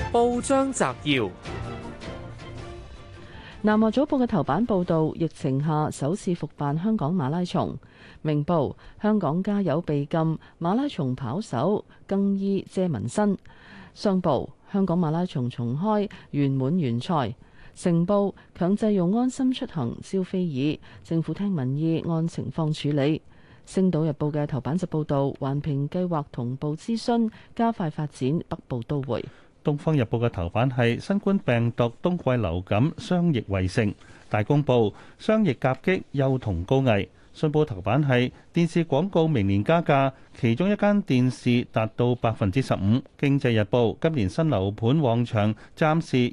報章摘要： 南華早報嘅頭版報道，疫情下首次復辦香港馬拉松。明報：香港加油被禁，馬拉松跑手更衣遮紋身。商報：香港馬拉松重開，圓滿完賽。成報：強制用安心出行招非議，政府聽民意按情況處理。星島日報嘅頭版就報道，環評計劃同步諮詢，加快發展北部都會。 東方日報嘅頭版係新冠病毒冬季流感雙疫圍城。大公報：雙疫夾擊，幼童高危。信報頭版係電視廣告明年加價，其中一間電視達到15%。經濟日報：今年新樓盤旺場，暫時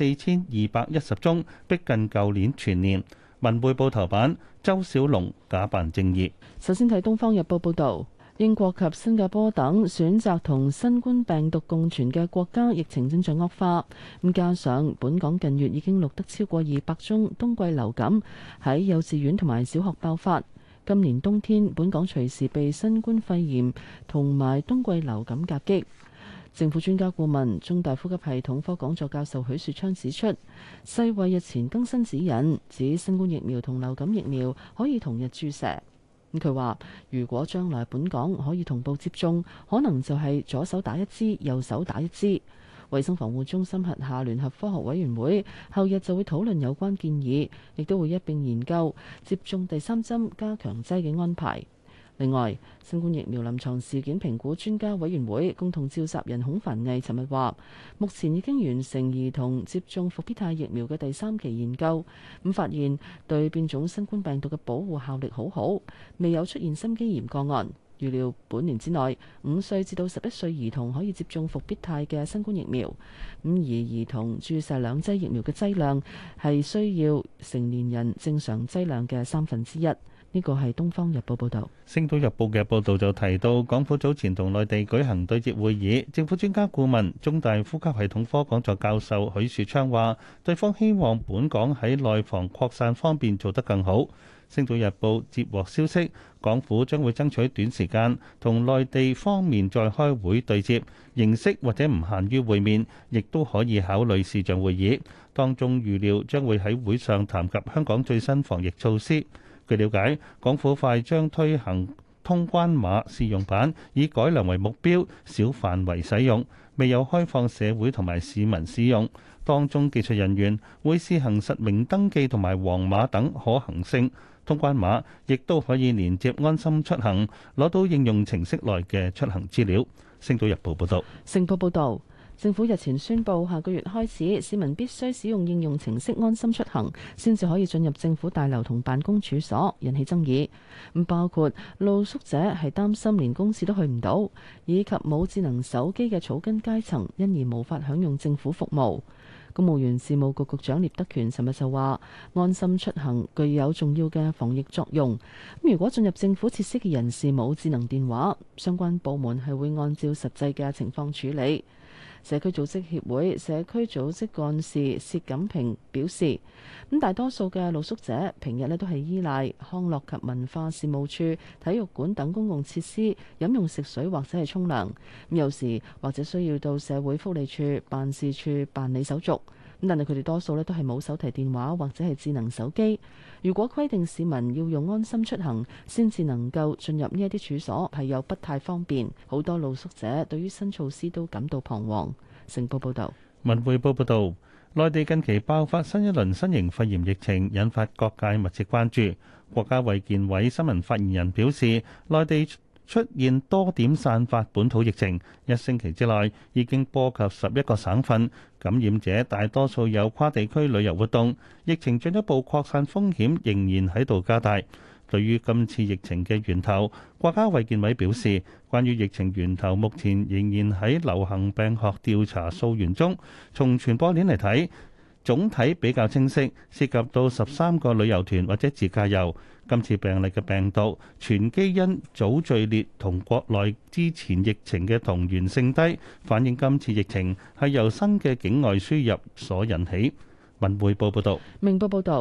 14,210宗，逼近舊年全年。文匯報頭版：周小龍假扮正義。 首先睇東方日報報導。英國及新加坡等選擇同新冠病毒共存嘅國家，疫情正在惡化。咁加上本港近月已經錄得超過200宗冬季流感喺幼稚園同埋小學爆發。今年冬天本港隨時被新冠肺炎同埋冬季流感夾擊。政府專家顧問、中大呼吸系統科講座教授許樹昌指出，世衛日前更新指引，指新冠疫苗同流感疫苗可以同日注射。咁佢話：如果將來本港可以同步接種，可能就係左手打一支，右手打一支。衛生防護中心轄下聯合科學委員會後日就會討論有關建議，亦都會一並研究接種第3針加強劑嘅安排。另外，新冠疫苗臨床事件評估專家委員會共同召集人孔繁毅尋日話，目前已經完成兒童接種復必泰疫苗嘅第3期研究，咁發現對變種新冠病毒嘅保護效力好好，未有出現心肌炎個案。預料本年之內，5歲至到11歲兒童可以接種復必泰嘅新冠疫苗，而兒童注射2劑疫苗嘅劑量係需要成年人正常劑量嘅1/3。呢個係《東方日報》報導，《 星島日報》嘅報導就提到，港府早前同內地舉行對接會議，政府專家顧問、中大呼吸系統科講座教授許樹昌話，對方希望本港喺內防擴散方面做得更好。《星島日報》接獲消息，港府將會爭取短時間同內地方面再開會對接，形式或者唔限於會面，亦都可以考慮視像會議。當中預料將會喺會上談及香港最新防疫措施。據了解，港府快將推行通關碼試用版，以改良為目標，小範圍使用，未有開放社會同埋市民使用。當中技術人員會試行實名登記同埋黃碼等可行性。通關碼亦都可以連接安心出行，攞到應用程式內嘅出行資料。星島日報報道。 成報報導。政府日前宣布，下個月開始，市民必須使用應用程式安心出行，先至可以進入政府大樓同辦公處所，引起爭議。咁包括露宿者係擔心連公廁都去唔到，以及冇智能手機嘅草根階層，因而無法享用政府服務。公務員事務局局長聶德權尋日就話，安心出行具有重要嘅防疫作用。咁如果進入政府設施嘅人士冇智能電話，相關部門係會按照實際嘅情況處理。社區組織協會社區組織幹事薛錦平表示，咁大多數嘅露宿者平日都係依賴康樂及文化事務處、體育館等公共設施飲用食水或者係沖涼，咁有時或者需要到社會福利處辦事處辦理手續。但係佢哋多數都係冇手提電話或者係智能手機。如果規定市民要用安心出行先至能夠進入呢一啲處所，係有不太方便。好多露宿者對於新措施都感到彷徨。成報報導。 文匯報報導，內地近期爆發新一輪新型肺炎疫情，引發各界密切關注。國家衛健委新聞發言人表示，內地出現多點散發本土疫情，1星期之內已經波及11個省份，感染者大多數有跨地區旅遊活動，疫情進一步擴散風險仍然喺度加大。對於今次疫情嘅源頭，國家衛健委表示，關於疫情源頭目前仍然喺流行病學調查溯源中，從傳播鏈嚟睇，總體比較清晰，涉及到13個旅遊團或者自駕遊。今次病例嘅病毒全基因組序列同國內之前疫情嘅同源性低，反映今次疫情係由新嘅境外輸入所引起。文匯報報道。 明報報道，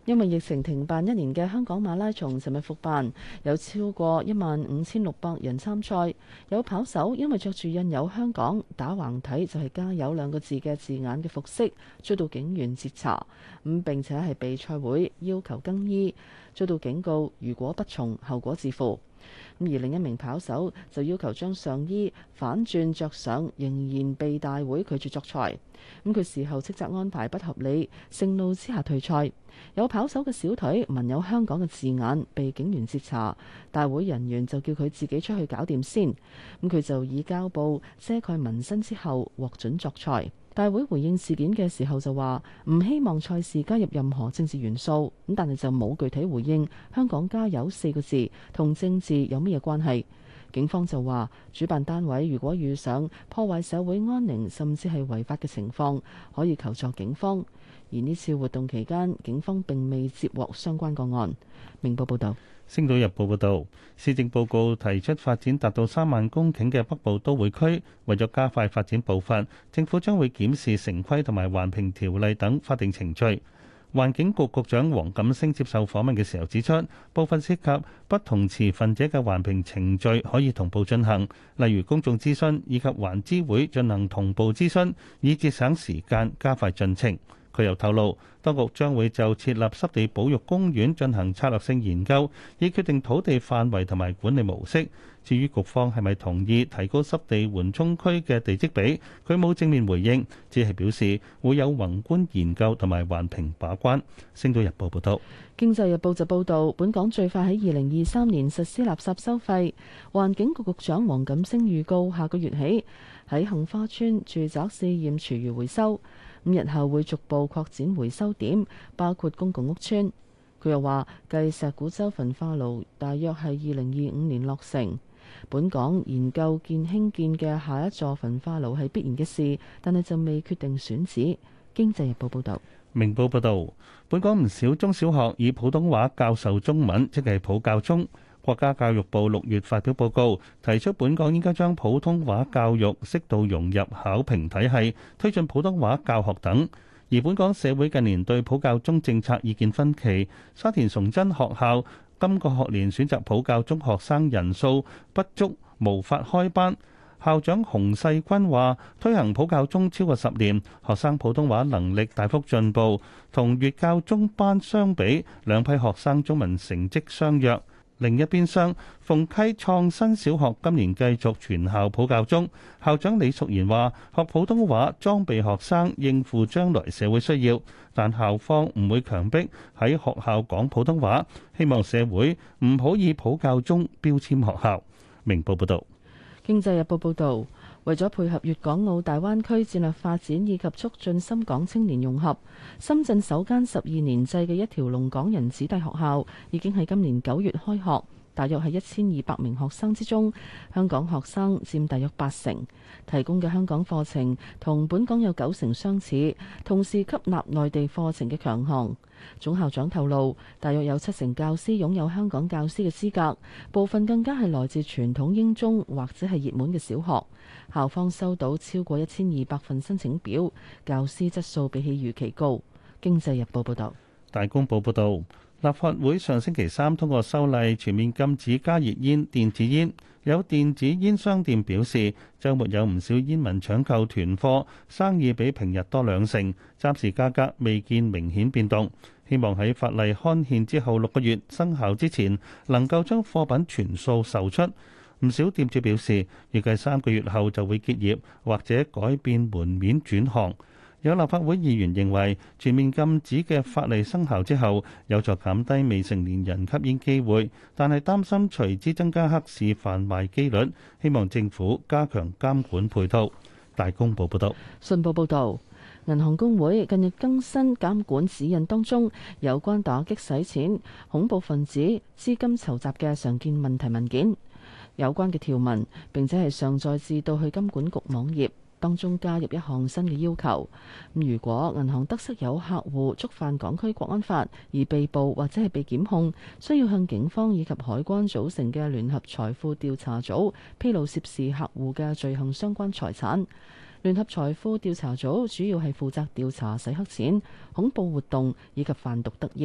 因為疫情停辦一年嘅香港馬拉松，尋日復辦，有超過15,600人參賽。有跑手因為着住印有香港打橫睇就係加油兩個字嘅字眼嘅服飾，遭到警員截查，並且係被賽會要求更衣，遭到警告，如果不從，後果自負。而另一名跑手就要求將上衣反轉着上，仍然被大會拒絕作賽。佢事後斥責安排不合理，盛怒之下退賽。有跑手嘅小腿紋有香港嘅字眼，被警員截查，大會人員就叫佢自己出去搞掂先。佢就以膠布遮蓋紋身之後獲准作賽。大會回應事件嘅時候就話唔希望賽事加入任何政治元素，但係就冇具體回應香港加油4個字同政治有咩嘢關係。警方就話主辦單位如果遇上破壞社會安寧甚至係違法嘅情況，可以求助警方。而呢次活動期間，警方並未接獲相關個案。明報報道。 《星島日報》報導，施政報告提出發展達到3萬公頃嘅北部都會區，為咗加快發展步伐，政府將會檢視城規同埋環評條例等法定程序。環境局局長黃錦星接受訪問嘅時候指出，部分涉及不同持份者嘅環評程序可以同步進行，例如公眾諮詢以及環諮會進行同步諮詢，以節省時間，加快進程。佢又透露，當局將會就設立濕地保育公園進行策略性研究，以決定土地範圍同埋管理模式。至於局方係咪同意提高濕地緩衝區嘅地積比，佢冇正面回應，只係表示會有宏觀研究同埋環評把關。星島日報報道。 經濟日報就報導，本港最快喺2023年實施垃圾收費。環境局局長黃錦星預告，下個月起喺杏花邨住宅試驗廚餘回收。日後會逐步擴展回收點，包括公共屋邨。佢又話，繼石鼓洲焚化爐大約係2025年落成，本港研究興建嘅下一座焚化爐係必然嘅事，但係就未決定選址。經濟日報報導。 明報報導，本港唔少中小學以普通話教授中文，即係普教中。國家教育部6月發表報告，提出本港應該將普通話教育適度融入考評體系，推進普通話教學等。而本港社會近年對普教中政策意見分歧，沙田崇真學校今個學年選擇普教中學生人數不足，無法開班。校長洪世軍話：推行普教中超過10年，學生普通話能力大幅進步，同粵教中班相比，兩批學生中文成績相若。另一邊廂，鳳溪創新小學今年繼續全校普教中，校長李淑賢話：學普通話裝備學生應付將來社會需要，但校方唔會強迫喺學校講普通話，希望社會唔好以普教中標籤學校。明報報道。 經濟日報報導，為咗配合粵港澳大灣區戰略發展以及促進深港青年融合，深圳首間12年制嘅一條龍港人子弟學校已經喺今年9月開學。大約係1200名學生之中，香港學生佔大約80%，提供嘅香港課程同本港有90%相似，同時吸納內地課程嘅強項。總校長透露，大約有70%教師擁有香港教師嘅資格，部分更加係來自傳統英中或者係熱門嘅小學。校方收到超過1200份申請表，教師質素比起預期高。經濟日報報道。 大公報報導。立法會上星期三通過修例，全面禁止加熱煙、電子煙。有電子煙商店表示，週末有唔少煙民搶購囤貨，生意比平日多2成。暫時價格未見明顯變動，希望喺法例刊憲之後6個月生效之前，能夠將貨品全數售出。唔少店主表示，預計3個月後就會結業，或者改變門面轉行。有立法會議員認為，全面禁止嘅法例生效之後，有助減低未成年人吸煙機會，但係擔心隨之增加黑市販賣機率，希望政府加強監管配套。大公報報道。 信報報導，銀行公會近日更新監管指引，當中有關打擊洗錢、恐怖分子資金籌集嘅常見問題文件，有關嘅條文並且係上載至到去金管局網頁。當中加入一項新嘅要求，如果銀行得悉有客戶觸犯港區國安法而被捕或者係被檢控，需要向警方以及海關組成嘅聯合財富調查組披露涉事客戶嘅罪行相關財產。聯合財富調查組主要係負責調查洗黑錢、恐怖活動以及販毒得益。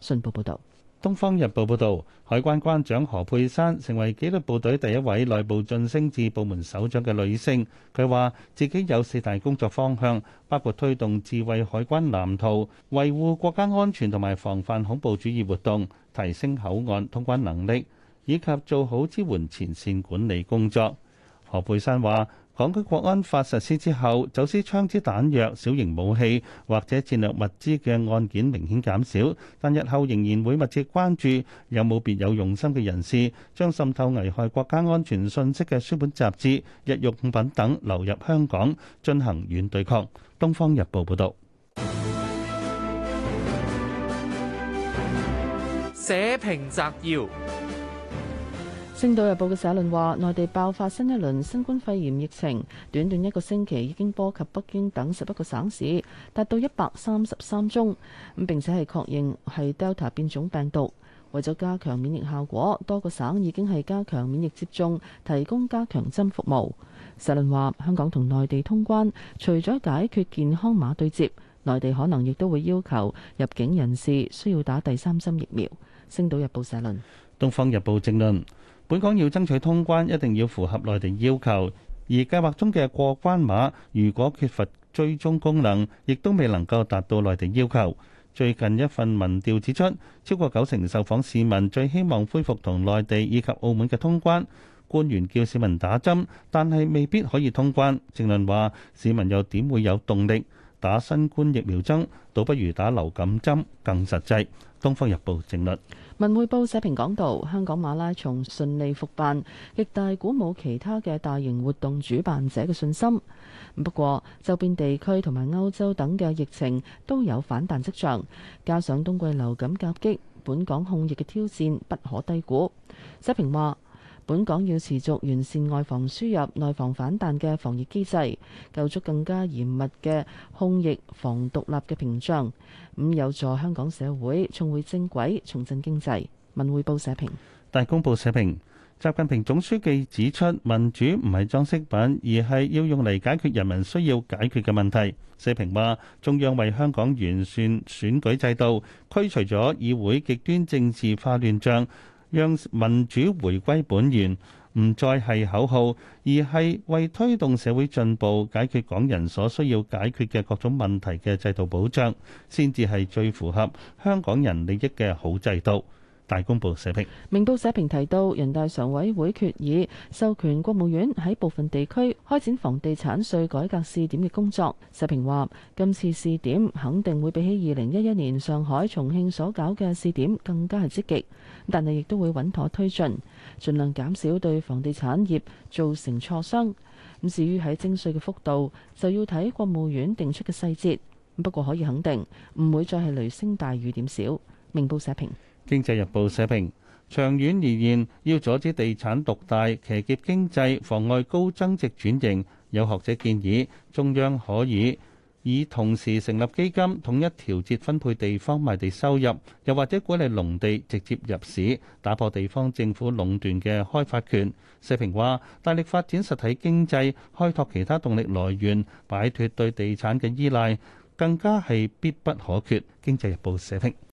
信報報導。 《東方日報》報導，海關關長何佩珊成為紀律部隊第一位內部晉升至部門首長嘅女性。佢話自己有4大工作方向，包括推動智慧海關藍圖、維護國家安全同埋防範恐怖主義活動、提升口岸通關能力，以及做好支援前線管理工作。何佩珊話：港區國安法實施之後，走私槍支彈藥、小型武器或者戰略物資嘅案件明顯減少，但日後仍然會密切關注有冇別有用心嘅人士將滲透危害國家安全信息嘅書本雜誌、日用品等流入香港，進行軟對抗。《東方日報》報導。 社評摘要。 《星島日報》嘅社論話，內地爆發新一輪新冠肺炎疫情，短短1個星期已經波及北京等11個省市，達到133宗，並且係確認係 Delta 變種病毒。為咗加強免疫效果，多個省已經係加強免疫接種，提供加強針服務。社論話，香港同內地通關，除咗解決健康碼對接，內地可能亦都會要求入境人士需要打第3針疫苗。《星島日報》社論。 《東方日報》正論。本港要爭取通關，一定要符合內地要求，而計劃中嘅過關碼如果缺乏追蹤功能，亦都未能夠達到內地要求。最近一份民調指出，超過90%受訪市民最希望恢復同內地以及澳門嘅通關。官員叫市民打針，但係未必可以通關。正論話，市民又點會有動力打新冠疫苗針？倒不如打流感針更實際。《東方日報》正論。 文匯報社評講道，香港馬拉松順利復辦，極大鼓舞其他嘅大型活動主辦者嘅信心。不過，周邊地區同埋歐洲等嘅疫情都有反彈跡象，加上冬季流感夾擊，本港控疫嘅挑戰不可低估。社評話，本港要持續完善外防輸入、內防反彈嘅防疫機制，構築更加嚴密嘅控疫防獨立嘅屏障，有助香港社會重回正軌，重振經濟。文匯報社評。 大公報社評，習近平總書記指出，民主唔係裝飾品，而係要用嚟解決人民需要解決嘅問題。社評話，中央為香港完善選舉制度，驅除咗議會極端政治化亂象，讓民主回歸本源，唔再係口號，而係為推動社會進步、解決港人所需要解決嘅各種問題嘅制度保障，先至係最符合香港人利益嘅好制度。大公報社評。 明報社評提到，人大常委會決議授權國務院喺部分地區開展房地產稅改革試點嘅工作。社評話，今次試點肯定會比起2011年上海、重慶所搞嘅試點更加係積極，但係亦都會穩妥推進，盡量減少對房地產業造成挫傷。咁至於喺徵稅嘅幅度，就要睇國務院定出嘅細節。不過可以肯定，唔會再係雷聲大雨點小。明報社評。 經濟日報社評，長遠而言，要阻止地產獨大、騎劫經濟、妨礙高增值轉型，有學者建議中央可以同時成立基金，統一調節分配地方賣地收入，又或者鼓勵農地直接入市，打破地方政府壟斷嘅開發權。社評話，大力發展實體經濟，開拓其他動力來源，擺脱對地產嘅依賴，更加係必不可缺。經濟日報社評。